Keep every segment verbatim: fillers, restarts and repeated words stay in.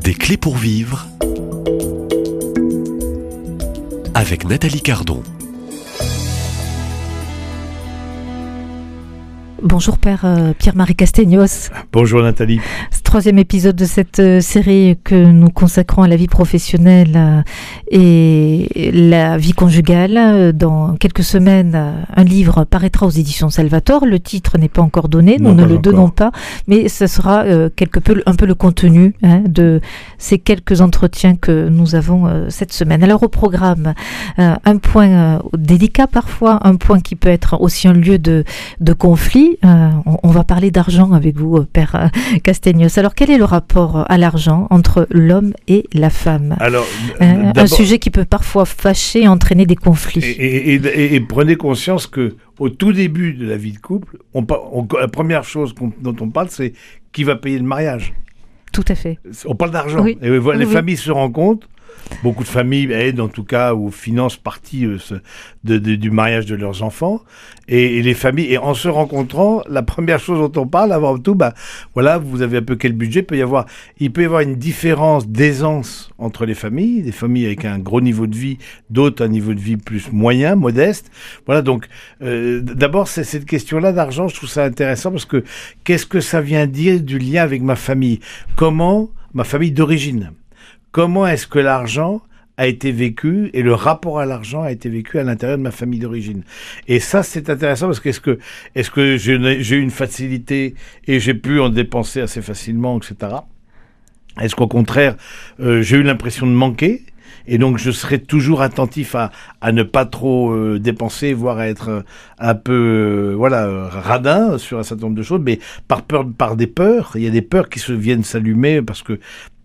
Des clés pour vivre avec Nathalie Cardon. Bonjour Père euh, Pierre-Marie Castegnos. Bonjour Nathalie. Ce troisième épisode de cette euh, série que nous consacrons à la vie professionnelle euh, et la vie conjugale. Euh, dans quelques semaines, euh, un livre paraîtra aux éditions Salvator. Le titre n'est pas encore donné, nous non, ne le encore. donnons pas, mais ce sera euh, quelque peu, un peu le contenu hein, de ces quelques entretiens que nous avons euh, cette semaine. Alors au programme, euh, un point euh, délicat parfois, un point qui peut être aussi un lieu de, de conflit. Euh, on, on va parler d'argent avec vous, Père euh, Castegnos. Alors, quel est le rapport à l'argent entre l'homme et la femme ? Alors, euh, un sujet qui peut parfois fâcher et entraîner des conflits. Et, et, et, et prenez conscience que au tout début de la vie de couple, on, on, la première chose qu'on, dont on parle, c'est qui va payer le mariage. Tout à fait. On parle d'argent. Oui. Et voilà, oui, les oui. familles se rendent compte. Beaucoup de familles aident en tout cas ou financent partie euh, ce, de, de, du mariage de leurs enfants et, et les familles et en se rencontrant la première chose dont on parle avant tout bah voilà vous avez un peu quel budget peut y avoir il peut y avoir une différence d'aisance entre les familles des familles avec un gros niveau de vie d'autres un niveau de vie plus moyen modeste voilà donc euh, d'abord c'est cette question là d'argent je trouve ça intéressant parce que qu'est-ce que ça vient dire du lien avec ma famille comment ma famille d'origine. Comment est-ce que l'argent a été vécu et le rapport à l'argent a été vécu à l'intérieur de ma famille d'origine. Et ça, c'est intéressant parce que est-ce que, est-ce que j'ai, j'ai eu une facilité et j'ai pu en dépenser assez facilement, et cetera. Est-ce qu'au contraire, euh, j'ai eu l'impression de manquer et donc je serai toujours attentif à, à ne pas trop euh, dépenser, voire à être euh, un peu euh, voilà euh, radin sur un certain nombre de choses, mais par peur, par des peurs. Il y a des peurs qui se viennent s'allumer parce que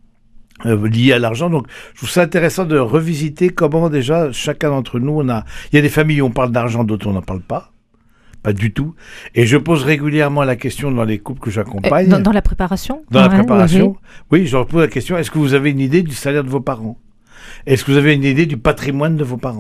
Euh, lié à l'argent, donc je trouve ça intéressant de revisiter comment déjà chacun d'entre nous on a, il y a des familles où on parle d'argent, d'autres on n'en parle pas, pas du tout, et je pose régulièrement la question dans les couples que j'accompagne. Dans, dans la préparation Dans ouais, la préparation, oui, oui, je leur pose la question, est-ce que vous avez une idée du salaire de vos parents ? Est-ce que vous avez une idée du patrimoine de vos parents ?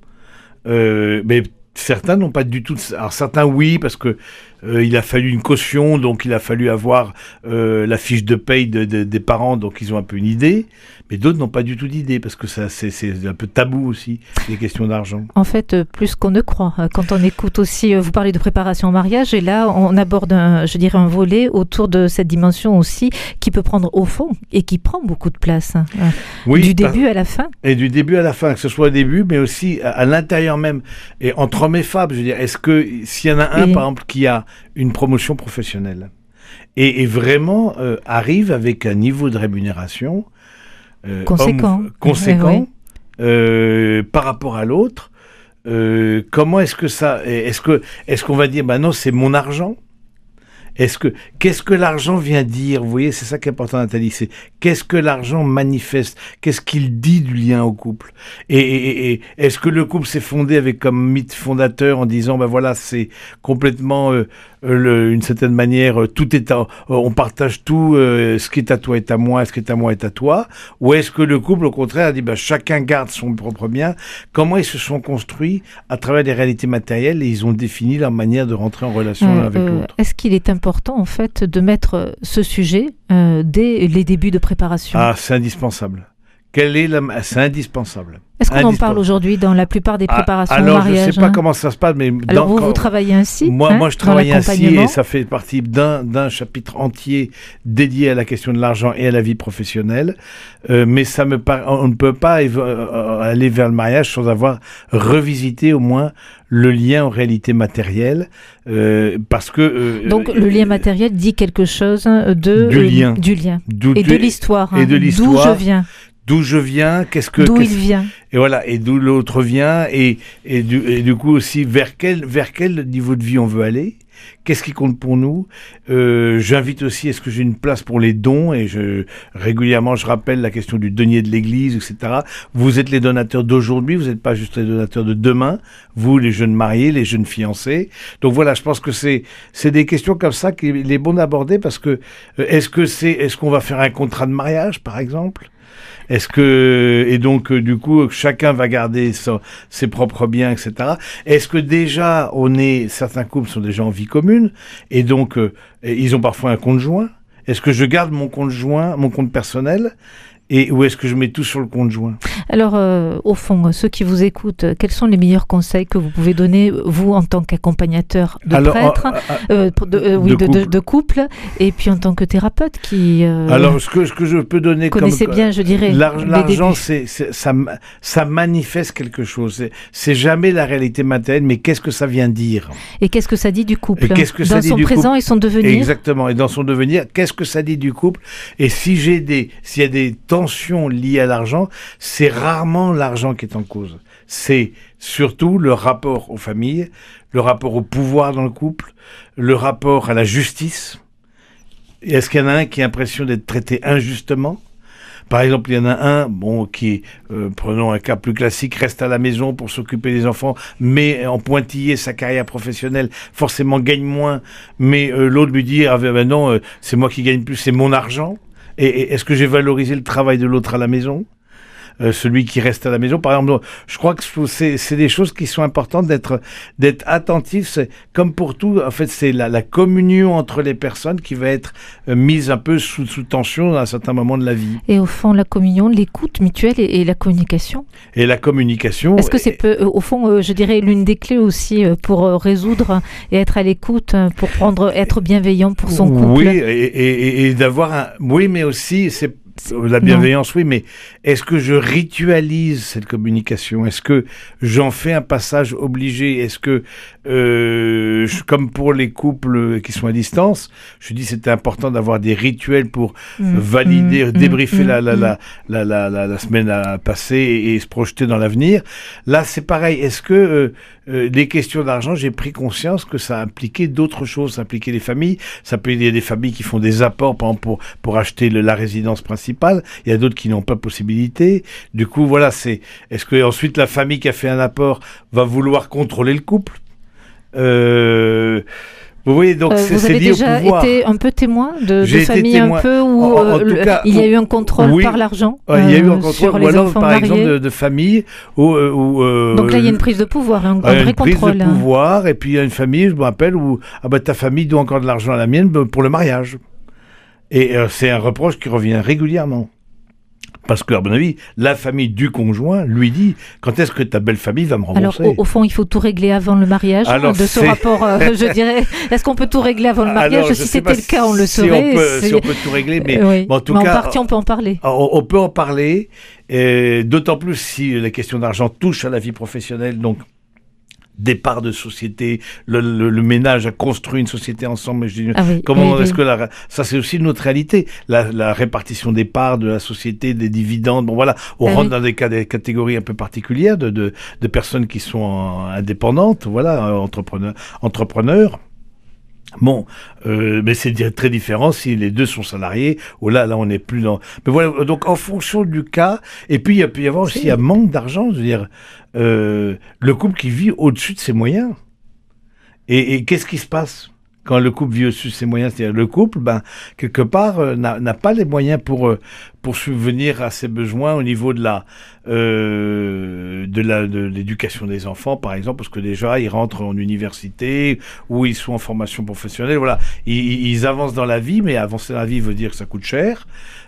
euh, mais certains n'ont pas du tout. De... Alors certains oui parce que euh, il a fallu une caution, donc il a fallu avoir euh, la fiche de paye de, de, des parents, donc ils ont un peu une idée. Mais d'autres n'ont pas du tout d'idée parce que ça c'est, c'est un peu tabou aussi les questions d'argent. En fait, euh, plus qu'on ne croit. Quand on écoute aussi, euh, vous parlez de préparation au mariage, et là on aborde, un, je dirais, un volet autour de cette dimension aussi qui peut prendre au fond et qui prend beaucoup de place. Hein, oui, du début à la fin. Et du début à la fin, que ce soit au début, mais aussi à, à l'intérieur même et entre hommes et femmes. Je veux dire, est-ce que s'il y en a un, et... par exemple, qui a une promotion professionnelle et, et vraiment euh, arrive avec un niveau de rémunération euh, conséquent, homme, conséquent ouais, ouais. Euh, par rapport à l'autre, euh, comment est-ce que ça, est-ce que, est-ce qu'on va dire, bah non, c'est mon argent? Est-ce que, qu'est-ce que l'argent vient dire? Vous voyez, c'est ça qui est important, Nathalie. C'est qu'est-ce que l'argent manifeste? Qu'est-ce qu'il dit du lien au couple? Et, et, et est-ce que le couple s'est fondé avec comme mythe fondateur en disant, ben voilà, c'est complètement, euh, le, une certaine manière, euh, tout est à, euh, on partage tout, euh, ce qui est à toi est à moi, ce qui est à moi est à toi? Ou est-ce que le couple, au contraire, a dit, ben chacun garde son propre bien? Comment ils se sont construits à travers des réalités matérielles et ils ont défini leur manière de rentrer en relation euh, l'un avec euh, l'autre? Est-ce qu'il est important important en fait de mettre ce sujet euh, dès les débuts de préparation? Ah, c'est indispensable. Quelle est la... C'est indispensable. Est-ce qu'on en parle aujourd'hui dans la plupart des préparations ah, alors, au mariage? Alors, je ne sais pas hein. comment ça se passe, mais... Alors, dans, vous, quand... vous travaillez ainsi Moi, hein, moi je travaille dans ainsi et ça fait partie d'un, d'un chapitre entier dédié à la question de l'argent et à la vie professionnelle. Euh, mais ça me par... on ne peut pas évo... aller vers le mariage sans avoir revisité au moins le lien en réalité matérielle. Euh, parce que... Euh, Donc, le lien matériel dit quelque chose de... Du lien. Euh, du lien. Du, et de l'histoire. Et de hein, l'histoire. D'où je viens. D'où je viens, qu'est-ce que... D'où qu'est-ce... il vient. Et voilà, et d'où l'autre vient, et, et, du, et du coup aussi, vers quel, vers quel niveau de vie on veut aller? Qu'est-ce qui compte pour nous? euh, J'invite aussi, est-ce que j'ai une place pour les dons? Et je, régulièrement, je rappelle la question du denier de l'Église, et cetera. Vous êtes les donateurs d'aujourd'hui, vous n'êtes pas juste les donateurs de demain. Vous, les jeunes mariés, les jeunes fiancés. Donc voilà, je pense que c'est, c'est des questions comme ça qu'il est bon d'aborder parce que euh, est-ce que c'est, est-ce qu'on va faire un contrat de mariage, par exemple? Est-ce que et donc euh, du coup chacun va garder son, ses propres biens, et cetera. Est-ce que déjà on est certains couples sont déjà en vie commune et donc euh, ils ont parfois un conjoint? Est-ce que je garde mon compte joint, mon compte personnel, et où est-ce que je mets tout sur le compte joint? Alors, euh, au fond, ceux qui vous écoutent, quels sont les meilleurs conseils que vous pouvez donner, vous, en tant qu'accompagnateur de Alors, prêtre, euh, euh, de, euh, oui, de de, couple. de, de couple, et puis en tant que thérapeute qui euh, Alors, ce que, ce que je peux donner comme... connaissez bien, je dirais, L'ar- les L'argent, débuts. c'est, c'est, ça, ma- ça manifeste quelque chose. C'est, c'est jamais la réalité matérielle, mais qu'est-ce que ça vient dire? Et qu'est-ce que ça dit du couple? Et qu'est-ce que ça Dans dit son du présent couple et son devenir? Exactement. Et dans son devenir, qu'est-ce que ça dit du couple? Et si j'ai des, s'il y a des tensions liées à l'argent, c'est rarement l'argent qui est en cause. C'est surtout le rapport aux familles, le rapport au pouvoir dans le couple, le rapport à la justice. Est-ce qu'il y en a un qui a l'impression d'être traité injustement? Par exemple, il y en a un, bon, qui, euh, prenons un cas plus classique, reste à la maison pour s'occuper des enfants, mais en pointillé sa carrière professionnelle, forcément gagne moins, mais euh, l'autre lui dit, ah ben ben non, euh, c'est moi qui gagne plus, c'est mon argent. Et, et est-ce que j'ai valorisé le travail de l'autre à la maison? Euh, celui qui reste à la maison, par exemple, je crois que c'est, c'est des choses qui sont importantes d'être d'être attentif. C'est comme pour tout, en fait, c'est la, la communion entre les personnes qui va être euh, mise un peu sous, sous tension à un certain moment de la vie. Et au fond, la communion, l'écoute mutuelle et, et la communication. Et la communication. Est-ce que c'est peu, euh, au fond, euh, je dirais, l'une des clés aussi euh, pour euh, résoudre et être à l'écoute, euh, pour prendre, être bienveillant pour son couple? Oui, et, et, et d'avoir un. Oui, mais aussi, c'est. La bienveillance, non. Oui, mais est-ce que je ritualise cette communication? Est-ce que j'en fais un passage obligé? Est-ce que, euh, je, comme pour les couples qui sont à distance, je dis c'était important d'avoir des rituels pour mmh, valider, mmh, débriefer mmh, la, la, mmh. la, la, la, la, la semaine à passer et, et se projeter dans l'avenir. Là, c'est pareil. Est-ce que euh, euh, les questions d'argent, j'ai pris conscience que ça impliquait d'autres choses, ça impliquait les familles, ça peut aider des familles qui font des apports, par exemple, pour, pour acheter le, la résidence principale. Il y a d'autres qui n'ont pas possibilité. Du coup, voilà, c'est. Est-ce que ensuite la famille qui a fait un apport va vouloir contrôler le couple? euh... Vous voyez, donc euh, c'est, vous c'est avez lié déjà au pouvoir. été un peu témoin de, de familles témoin. un peu où en, en, en euh, cas, il y a où, eu un contrôle oui, par l'argent. Euh, il y a eu un contrôle, sur ou les alors enfants par mariés. exemple de, de familles où, où euh, donc là il y a une prise de pouvoir, un, un euh, vrai une prise contrôle. de pouvoir, et puis il y a une famille, je me rappelle, où ah bah ta famille doit encore de l'argent à la mienne pour le mariage. Et euh, c'est un reproche qui revient régulièrement. Parce que, à mon avis, la famille du conjoint lui dit « Quand est-ce que ta belle famille va me rembourser ?» Alors, au, au fond, il faut tout régler avant le mariage. Alors, de ce rapport, euh, je dirais, est-ce qu'on peut tout régler avant le mariage? Alors, si c'était le cas, on le si saurait. On peut, si on peut tout régler, mais, euh, oui. mais en tout mais cas... en partie, on peut en parler. On, on peut en parler, et d'autant plus si la question d'argent touche à la vie professionnelle, donc... départ de société, le, le, le ménage a construit une société ensemble. Mais je dis, ah oui, comment oui, est-ce oui. que la, ça c'est aussi une autre réalité, la, la répartition des parts de la société, des dividendes. Bon voilà, on ah rentre oui. dans des, cas, des catégories un peu particulières de, de, de personnes qui sont indépendantes, voilà, entrepreneurs. entrepreneurs. Bon, euh, mais c'est très différent si les deux sont salariés, ou là, là, on n'est plus dans... Mais voilà, donc en fonction du cas, et puis il peut y avoir aussi c'est... un manque d'argent, je veux dire, euh, le couple qui vit au-dessus de ses moyens. Et, et qu'est-ce qui se passe quand le couple vit au-dessus de ses moyens? C'est-à-dire le couple, ben, quelque part, euh, n'a, n'a pas les moyens pour, euh, pour subvenir à ses besoins au niveau de la, euh, de la, de l'éducation des enfants, par exemple, parce que déjà, ils rentrent en université, ou ils sont en formation professionnelle, voilà. Ils, ils avancent dans la vie, mais avancer dans la vie veut dire que ça coûte cher.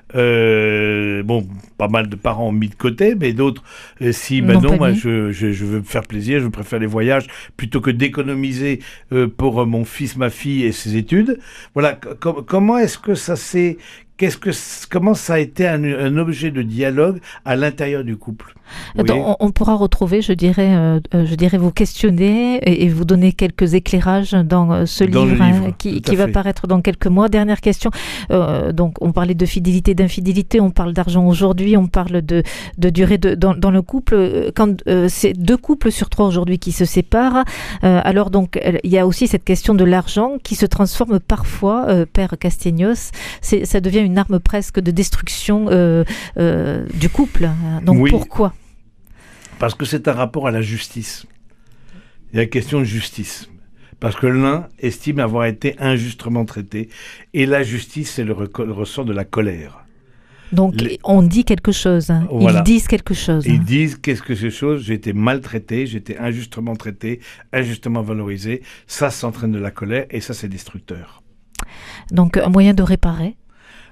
Euh, bon, pas mal de parents ont mis de côté, mais d'autres, euh, si, ben non, non moi, je, je, je veux me faire plaisir, je préfère les voyages, plutôt que d'économiser euh, pour euh, mon fils, ma fille et ses études. Voilà, com- comment est-ce que ça s'est... Qu'est-ce que, comment ça a été un, un objet de dialogue à l'intérieur du couple? on, on pourra retrouver, je dirais, euh, je dirais vous questionner et, et vous donner quelques éclairages dans euh, ce dans livre, livre hein, qui, qui va paraître dans quelques mois. Dernière question. Euh, donc, on parlait de fidélité, d'infidélité, on parle d'argent aujourd'hui, on parle de, de durée de, dans, dans le couple. Quand euh, c'est deux couples sur trois aujourd'hui qui se séparent, euh, alors donc il y a aussi cette question de l'argent qui se transforme parfois, euh, Père Castaignos, c'est, ça devient une une arme presque de destruction euh, euh, du couple. Donc oui. Pourquoi? Parce que c'est un rapport à la justice. Il y a la question de justice. Parce que l'un estime avoir été injustement traité. Et la justice, c'est le, rec- le ressort de la colère. Donc Les... on dit quelque chose. Hein. Voilà. Ils disent quelque chose. Ils hein. disent qu'est-ce que c'est chose. J'ai été maltraité, j'ai été injustement traité, injustement valorisé. Ça, ça entraîne de la colère et ça, c'est destructeur. Donc un moyen de réparer.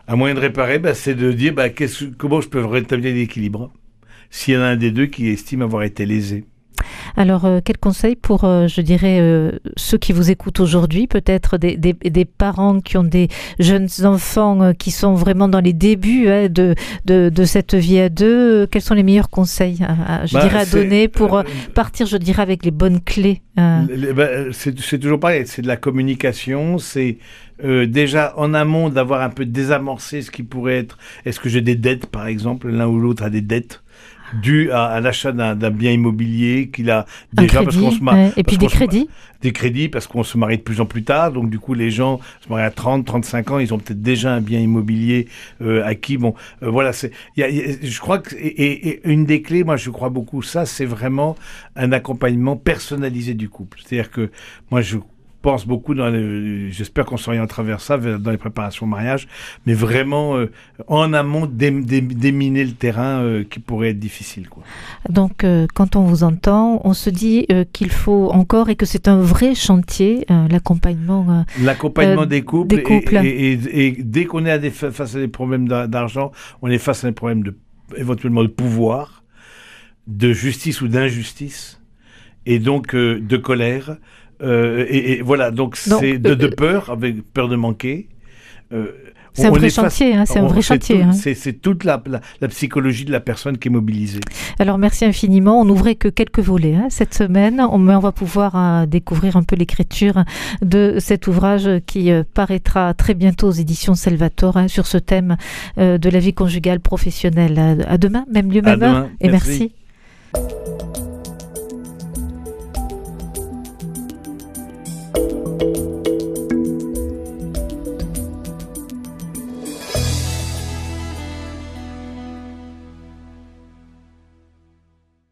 Un moyen de réparer, bah, c'est de dire bah, qu'est-ce, comment je peux rétablir l'équilibre s'il y en a un des deux qui estime avoir été lésé. Alors, euh, quel conseil pour, euh, je dirais, euh, ceux qui vous écoutent aujourd'hui, peut-être des, des, des parents qui ont des jeunes enfants euh, qui sont vraiment dans les débuts hein, de, de, de cette vie à deux. Quels sont les meilleurs conseils à, à, je bah, dirais, à donner pour euh, partir, je dirais, avec les bonnes clés euh... les, bah, c'est, c'est toujours pareil, c'est de la communication, c'est euh, déjà en amont d'avoir un peu désamorcé ce qui pourrait être, est-ce que j'ai des dettes par exemple, l'un ou l'autre a des dettes dû à, à l'achat d'un, d'un bien immobilier qu'il a déjà, crédit, parce qu'on se marie. Ouais. Et puis des crédits se, Des crédits, parce qu'on se marie de plus en plus tard. Donc, du coup, les gens se marient à trente, trente-cinq ans. Ils ont peut-être déjà un bien immobilier euh, acquis. Bon, euh, voilà. C'est, y a, y a, je crois que, et, et, et une des clés, moi, je crois beaucoup, ça, c'est vraiment un accompagnement personnalisé du couple. C'est-à-dire que, moi, je pense beaucoup dans les, j'espère qu'on s'orientera vers ça dans les préparations au mariage, mais vraiment euh, en amont dé, dé, déminer le terrain euh, qui pourrait être difficile, quoi. Donc euh, quand on vous entend, on se dit euh, qu'il faut encore et que c'est un vrai chantier, euh, l'accompagnement euh, l'accompagnement euh, des couples, des couples. Et, et, et, et dès qu'on est à des, face à des problèmes d'argent, on est face à des problèmes de, éventuellement de pouvoir, de justice ou d'injustice, et donc euh, de colère. Euh, et, et voilà, donc, donc c'est de, de peur, avec peur de manquer. Euh, c'est, on, un on, est chantier, face, hein, c'est on, un vrai chantier, tout, hein. c'est, c'est toute la, la, la psychologie de la personne qui est mobilisée. Alors merci infiniment. On n'ouvrait que quelques volets hein, cette semaine, on, mais on va pouvoir euh, découvrir un peu l'écriture de cet ouvrage qui euh, paraîtra très bientôt aux éditions Salvatore hein, sur ce thème euh, de la vie conjugale professionnelle. À, à demain, même lieu, même heure. Et merci. merci.